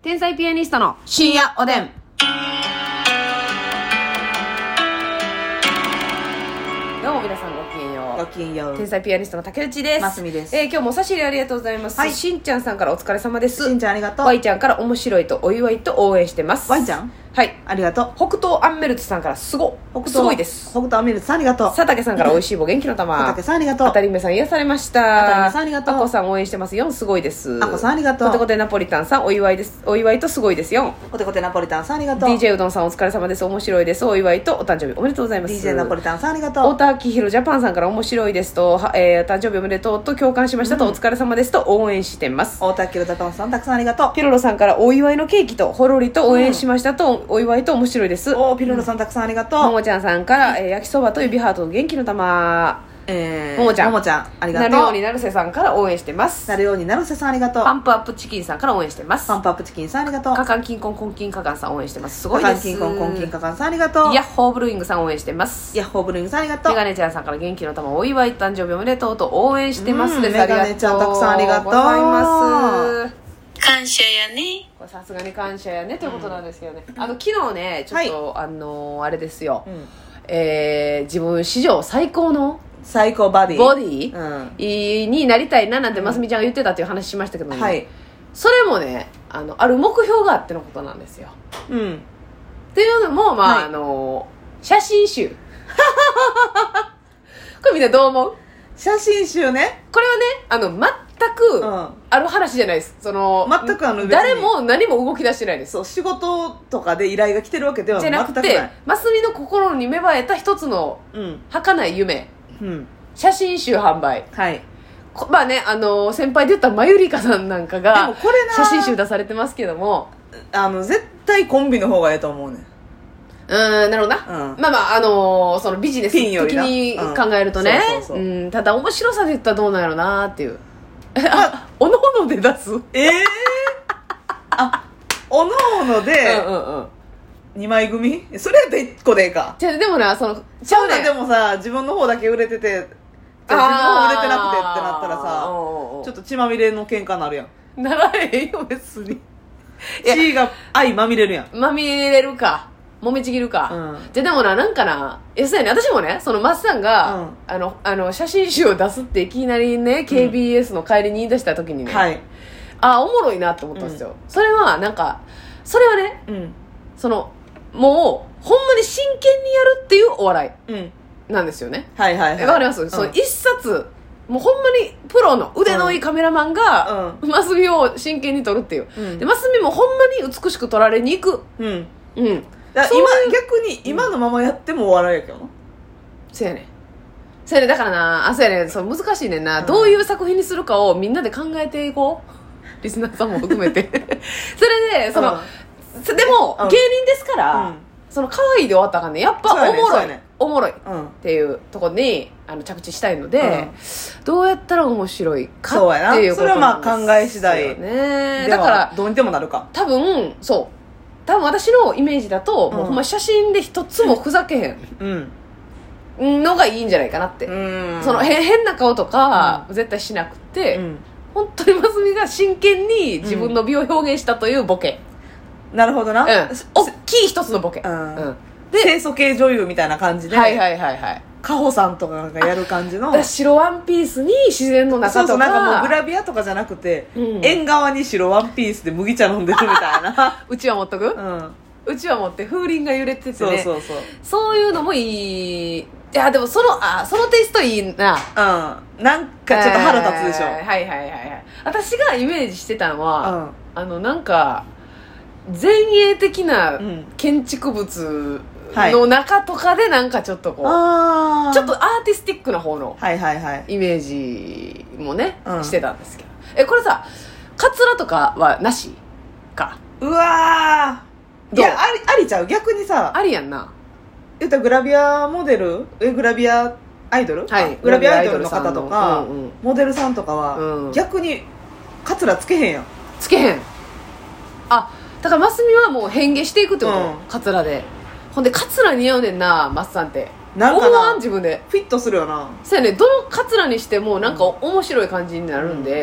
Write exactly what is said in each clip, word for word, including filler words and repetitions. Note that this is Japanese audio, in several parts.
天才ピアニストの深夜おでん。どうも皆さんごきげんよう。 ごきげんよう。 天才ピアニストの竹内です。 ますみです。 えー、今日もお差し入れありがとうございます、 はい、 しんちゃんさんからお疲れ様です。 しんちゃんありがとう。 Y ちゃんから面白いとお祝いと応援してます。 Y ちゃんはい、 ありがとう。 北東アンメルツさんからすご北すごいです。 北東アンメルツさんありがとう。 佐竹さんからおいしい棒元気の玉。 佐竹さんありがとう。 あたりめさん癒されました。 あたりめさんありがとう。 あこさん応援してますよんすごいです。 あこさんありがとう。 コテコテナポリタンさんお祝いです。お祝いとすごいですよ。 コテコテナポリタンさんありがとう。 ディージェー うどんさんお疲れ様です。面白いです。お祝いとお誕生日おめでとうございます。 ディージェー ナポリタンさんありがとう。 太田明宏ジャパンさんから面白いですと、えー、お誕生日おめでとうと共感しましたと、うん、お疲れ様ですと応援してます。 太田明宏ジャパンさんたくさんありがとう。 ピロロさんからお祝いのケーキとほろりと応援しましたと、うん、お祝いと面白いです。 おピロロさんたくさんありがとう。 ももちゃんさんから、えー、焼きそばと指ハートと元気の玉。 えー、 ももちゃんももちゃんありがとう。 なるようになるせさんから応援してます。 なるようになるせさんありがとう。 パンプアップチキンさんから応援してます。 パンプアップチキンさんありがとう。 カカンキンコンコンキンカカンさん応援してます。すごいです。 カカンキンコンコンキンカカンさんありがとう。 ヤッホーブルーイングさん応援してます。 ヤッホーブルーイングさんありがとう。 メガネちゃんさんから元気の玉お祝い誕生日おめでとうと応援してます。 メガネちゃんたくさんありがとうございます。 感謝やね。 これさすがに感謝やねということなんですけどね、うん、あの昨日ねちょっと、はい、あのー、あれですよ、うん、えー、自分史上最高の最高バディボディ、うん、になりたいななんてますみちゃんが言ってたっていう話しましたけどね、はい、それもね あのある目標があってのことなんですよ、うん、っていうのもまあ、はい、あのー、写真集これみんなどう思う？ 写真集ね。 これはねあの全くある話じゃないです、うん、その全くあの誰も何も動き出してないです。 そう仕事とかで依頼が来てるわけでは全くない。じゃなくてますみの心に芽生えた一つの儚い夢、うん、写真集販売。はい。まあねあの先輩で言ったまゆりかさんなんかが写真集出されてますけども、 あの絶対コンビの方がええと思うね。 うん、なるほどな、うん、まあまああのー、そのビジネス的に考えるとね、うん、ただ面白さで言ったらどうなんやろうなっていう。あ、おのおので出す。ええー、 あ、おのおのでうんうんうんにまい組、それやったらいっこでええか。 じゃでもなそのちゃうね。でもさ自分の方だけ売れてて、じゃ自分の方売れてなくてってなったらさ、ちょっと血まみれの喧嘩になるやん。 ならへんよ別に。 血が愛まみれるやん。 まみれるか。揉めちぎるか、うん、じゃでもななんかなやそうやね私もねそのマッサンが、うん、あのあの写真集を出すっていきなりね、うん、ケービーエス の帰りに言い出した時にね、はい、あおもろいなと思ったんですよ、うん、それはなんかそれはね、うん、そのもうほんまに真剣にやるっていうお笑いなんですよね、うん、はいはいはいわかります、うん、その一冊もうほんまにプロの腕のいいカメラマンが、うん、マスミを真剣に撮るっていう、うん、でマスミもほんまに美しく撮られに行くうんうんだ今逆に今のままやってもお笑いやけどな、うん、 そうやねそうやねだからなあそうやねそう難しいねんな、うん、どういう作品にするかをみんなで考えていこうリスナーさんも含めてそれでその、うん、でも、うん、芸人ですから、うん、その可愛いで終わったらあかんねやっぱおもろい、ね、おもろい、うん、っていうところにあの着地したいので、うん、どうやったら面白いかっていうことなんですよね。それはまあ考え次第ね。だからどうにでもなるか多分そう多分私のイメージだと、うん、もうほんま写真で一つもふざけへん、うん、のがいいんじゃないかなって、うん、その変な顔とか、うん、絶対しなくて、うん、本当にますみが真剣に自分の美を表現したというボケ、 うん、なるほどな、うん、 大きい一つのボケ、うんうん、で清楚系女優みたいな感じではいはいはいはいカホさんとかがやる感じの白ワンピースに自然の中とかそうそうなんかもうグラビアとかじゃなくて、うん、縁側に白ワンピースで麦茶飲んでるみたいなうちは持っとく、うん、うちは持って風鈴が揺れててねそうそうそうそういうのもいい。いやでもそのあそのテイストいいなうんなんかちょっと腹立つでしょ、 えー、はいはいはいはい私がイメージしてたのは、うん、あのなんか前衛的な建築物の中とかでなんかちょっとこう、はい、ちょっとアーティスティックな方のイメージもね、はいはい、してたんですけど、うん、えこれさカツラとかはなしかうわーいやあり、ありちゃう逆にさありやんな言ったらグラビアモデルえグラビアアイドル、はい、グラビアアイドルの方とか、うんうん、モデルさんとかは、うん、逆にカツラつけへんやんつけへんあだからマスミはもう変化していくってこと、うん、カツラでほんでカツラ似合うねんなマスさんってなんかな思わん自分でフィットするよなそうやねどのカツラにしてもなんか面白い感じになるんで、う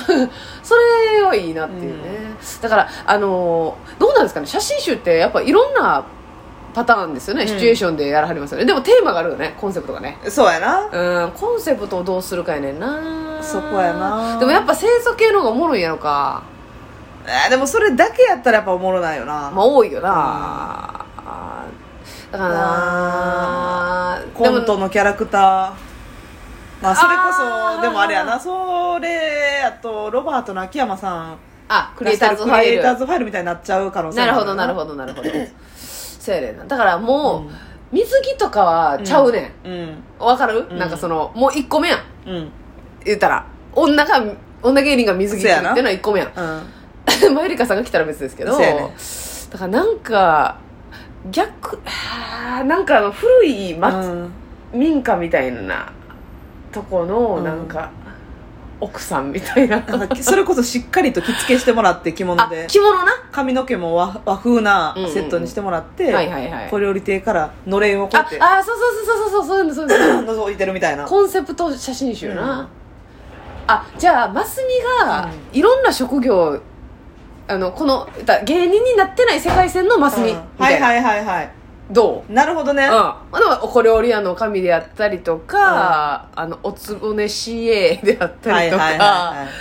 それはいいなっていうね、うん、だからあのどうなんですかね、写真集ってやっぱいろんなパターンですよね、うん、シチュエーションでやらはりますよね。でもテーマがあるよね、コンセプトがね。 そうやな、 うん、コンセプトをどうするかやねんな。 そこやな。 でもやっぱ清楚系の方がおもろいんやろか。 えー、でもそれだけやったらやっぱおもろないよな。 まあ多いよな、うん、だからなコントのキャラクター、まあそれこそでもあれやな、それあとロバートの秋山さん、 あクリエイターズファイル、 クリエイターズファイルみたいになっちゃう可能性なるほどなるほどなるほどそうやねんな。だからもう、うん、水着とかはちゃうねん、うん、分かる、うん、なんかそのもういっこめやん、うん、言ったら女が女芸人が水着着るっていうのはいっこめやん、うん、マユリカさんが来たら別ですけど、ね、だからなんか逆なんかあの古い、まうん、民家みたいなとこのなんか、うん、奥さんみたいなそれこそしっかりと着付けしてもらって着物で着物な髪の毛も 和, 和風なセットにしてもらって、うんうん、はいはいはい、小料理亭からのれんをこうやってああそうそうそうそうそうそういうのそういうの覗いてるみたいなコンセプト写真集な、うん、あじゃあマスミがいろんな職業、あのこの芸人になってない世界線のマスミみたいな、 はいはいはいはい、 どう？ なるほどね、うん、でもお小料理屋の神であったりとか、うん、あのおつぼね シーエー であったりとか、はいはいはいはい、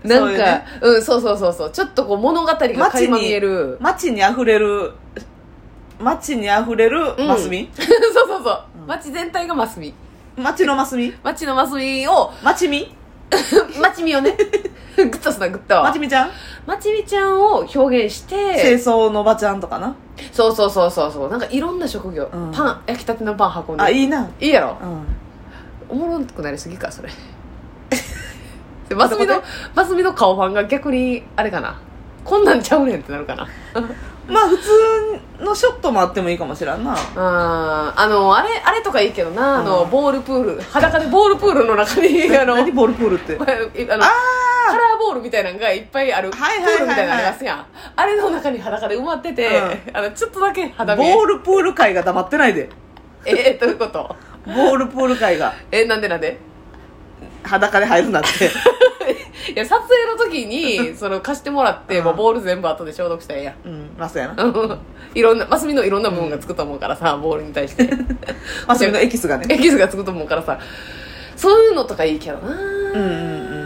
なんかそういうね、うん、そうそうそうそう、ちょっとこう物語が垣間見える街にあふれる街にあふれるマスミ、 うん、そうそうそう、うん、街全体がマスミ、 街のマスミ街のマスミを街ミ街みをねグッとすなグッとまちみちゃんまちみちゃんを表現して清掃のおばちゃんとかな、 そうそうそうそうそう、なんかいろんな職業、うん、パン焼きたてのパン運んで、 あいいないいやろ、うん、おもろくなりすぎかそれマスミのマスミの顔ファンが逆にあれかな、こんなんちゃうねんってなるかなまあ普通のショットもあってもいいかもしれんな。 ああのあれあれとかいいけどな、あのボールプール、裸でボールプールの中にあの何ボールプールってあのあカラーボールみたいなのがいっぱいある、はいはいはいはい、プールみたいなのありますやん、あれの中に裸で埋まってて、うん、あのちょっとだけ肌見え、 ボールプール界が黙ってないでえー、どういうこと？ ボールプール界がえなんでなんで裸で入るんだっていや撮影の時にその貸してもらって、うん、もうボール全部後で消毒したらええやん、 うん、まあそうやないろんなマスミのいろんな部分がつくと思うからさ、うん、ボールに対してマスミのエキスがねエキスがつくと思うからさ、そういうのとかいいけどな、うんうんうん、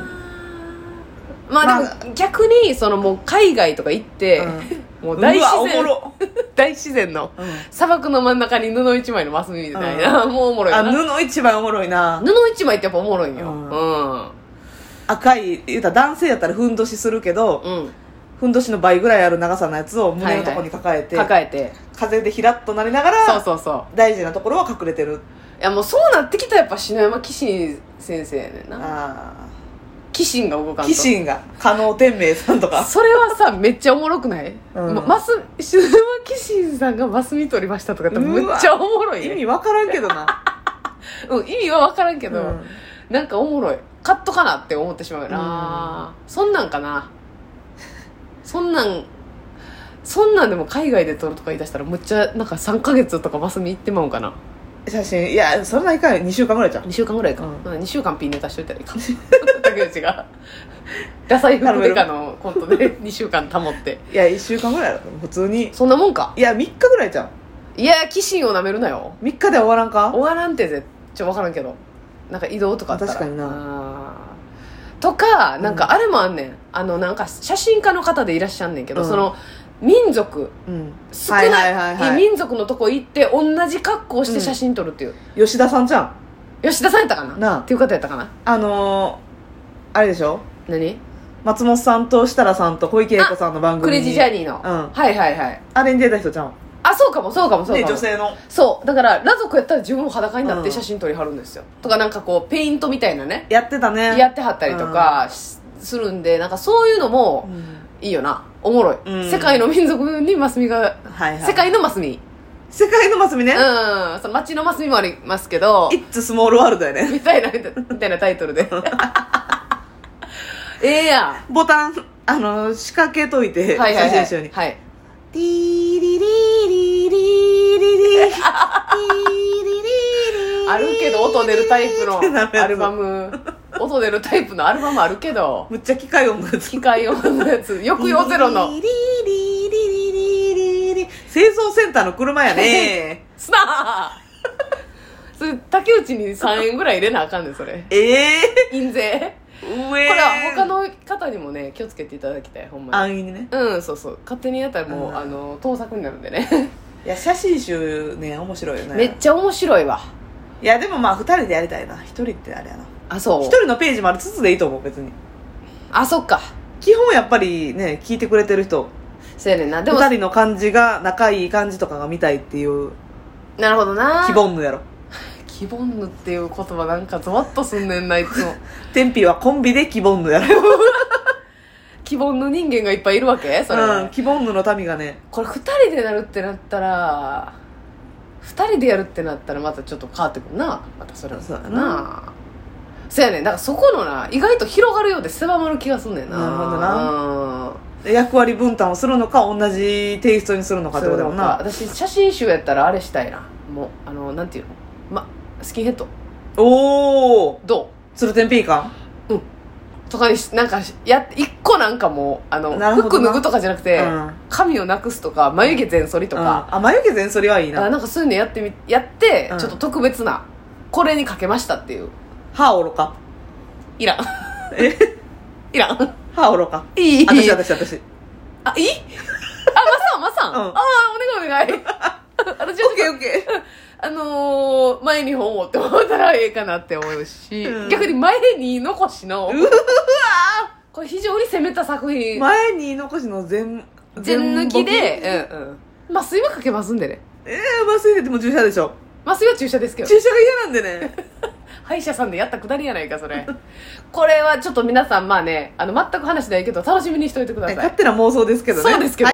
まあでも、まあ、逆にそのもう海外とか行って、うん、もう大自然大自然の、うん、砂漠の真ん中に布一枚のマスミみたいな、うん、もうおもろいな。 あ布一枚おもろいな。 布一枚ってやっぱおもろいんよ、うんうん、 赤い言うたら男性やったらふんどしするけど、うん、ふんどしの倍ぐらいある長さのやつを胸のところに抱えて、 はいはい、抱えて風でひらっとなりながら、 そうそうそう大事なところは隠れてる。 いやもうそうなってきたらやっぱ篠山紀信先生やねんな。あ紀信が動かんと、 紀信が加納天明さんとかそれはさめっちゃおもろくない、うん、マス篠山紀信さんがマスミ取りましたとかってめっちゃおもろい、ね、 意味わからんけどなうん意味はわからんけど、うん、なんかおもろい、カットかなって思ってしまうよな、うん、そんなんかなそんなんそんなんでも海外で撮るとか言い出したらむっちゃなんかさんかげつとかマスミ行ってまうんかな。 写真いやそんないかんよ、にしゅうかんぐらいじゃん。 にしゅうかんぐらいか、うん、にしゅうかんピンネタしといたらいいか竹内がダサい服デカのコントでにしゅうかん保って、 いやいっしゅうかんぐらいだと普通にそんなもんか。 いやみっかぐらいじゃん。 いや紀信をなめるなよ、 みっかで終わらんか。 終わらんってぜちょ分からんけど、なんか移動とかあったら確かになとか、なんかあれもあんねん、あのなんか写真家の方でいらっしゃんねんけど、うん、その民族、うん、少ない、はいはいはいはい、民族のとこ行って同じ格好して写真撮るっていう、 うん、吉田さんじゃん。 吉田さんやったかななっていう方やったかな。 あのー、あれでしょ、 何松本さんと設楽さんと小池栄子さんの番組にクレイジージャーニーの、うん、はいはいはい、 あれに出た人じゃん。 あそうかもそうかもそうかも、 ね、女性のそうだから裸族やったら自分も裸になって写真撮りはるんですよ、うん、とかなんかこうペイントみたいなねやってたねやってはったりとか、うん、するんで、なんかそういうのもいいよな、おもろい、うん、世界の民族にマスミが、はいはい、世界のマスミ世界のマスミね、 うん、その街のマスミもありますけど It's Small World やねみたいなみたいなタイトルでええやん、ボタンあの仕掛けといて、 はいはいはい、 写真集に、 はい、 ティーリリリリリリリあるけど音出るタイプのアルバム音出るタイプのアルバムあるけどむっちゃ機械音のやつ機械音のやつ抑揚ゼロのリリリリリリリリ製造センターの車やねすなーそれ竹内にさんえんぐらい入れなあかんねんそれええー、 印税うえー、 これは他の方にもね気をつけていただきたいほんまに安易にねうんそうそう勝手にやったらもう、 うん、 あの盗作になるんでねいや写真集ね面白いよねめっちゃ面白いわいやでもまあふたりでやりたいなひとりってあれやなあそうひとりのページもありつつでいいと思う別にあそっか基本やっぱりね聞いてくれてる人そうやねんなでもふたりの感じが仲いい感じとかが見たいっていうなるほどな希望ぬやろ希望ぬっていう言葉なんかゾワッとすんねんないつも天日はコンビで希望ぬやろ希望の人間がいっぱいいるわけそれ、 うん、希望ぬの民がねこれふたりでなるってなったらふたりでやるってなったらまたちょっと変わってくるなまたそれはそうやななそうやねんだからそこのな意外と広がるようで狭まる気がすんねんななるほどな役割分担をするのか同じテイストにするのかってことだもんな私写真集やったらあれしたいなもうあのなんていうのまスキンヘッドおおどうツルテンピー感うんとかにしなんかや一個なんかもうあの服脱ぐとかじゃなくて、うん、髪をなくすとか眉毛全剃りとか、 うん、あ眉毛全剃りはいいなあなんかそういうのやってみやって、うん、ちょっと特別なこれにかけましたっていう歯おろかいらんえいらん歯おろかいい私私私あいいあまさんまさん、うん、ああお願いお願い私はオッケーオッケーあのー、前に本をって思ったらええかなって思うし、うん、逆に前に残しのうわこれ非常に攻めた作品前に残しの全全抜きで、うんうん、麻酔はかけますんでねえー、麻酔でも注射でしょ麻酔は注射ですけど注射が嫌なんでね歯医者さんでやったくだりやないかそれこれはちょっと皆さんまあねあの全く話ないけど楽しみにしといてください勝手な妄想ですけどねそうですけど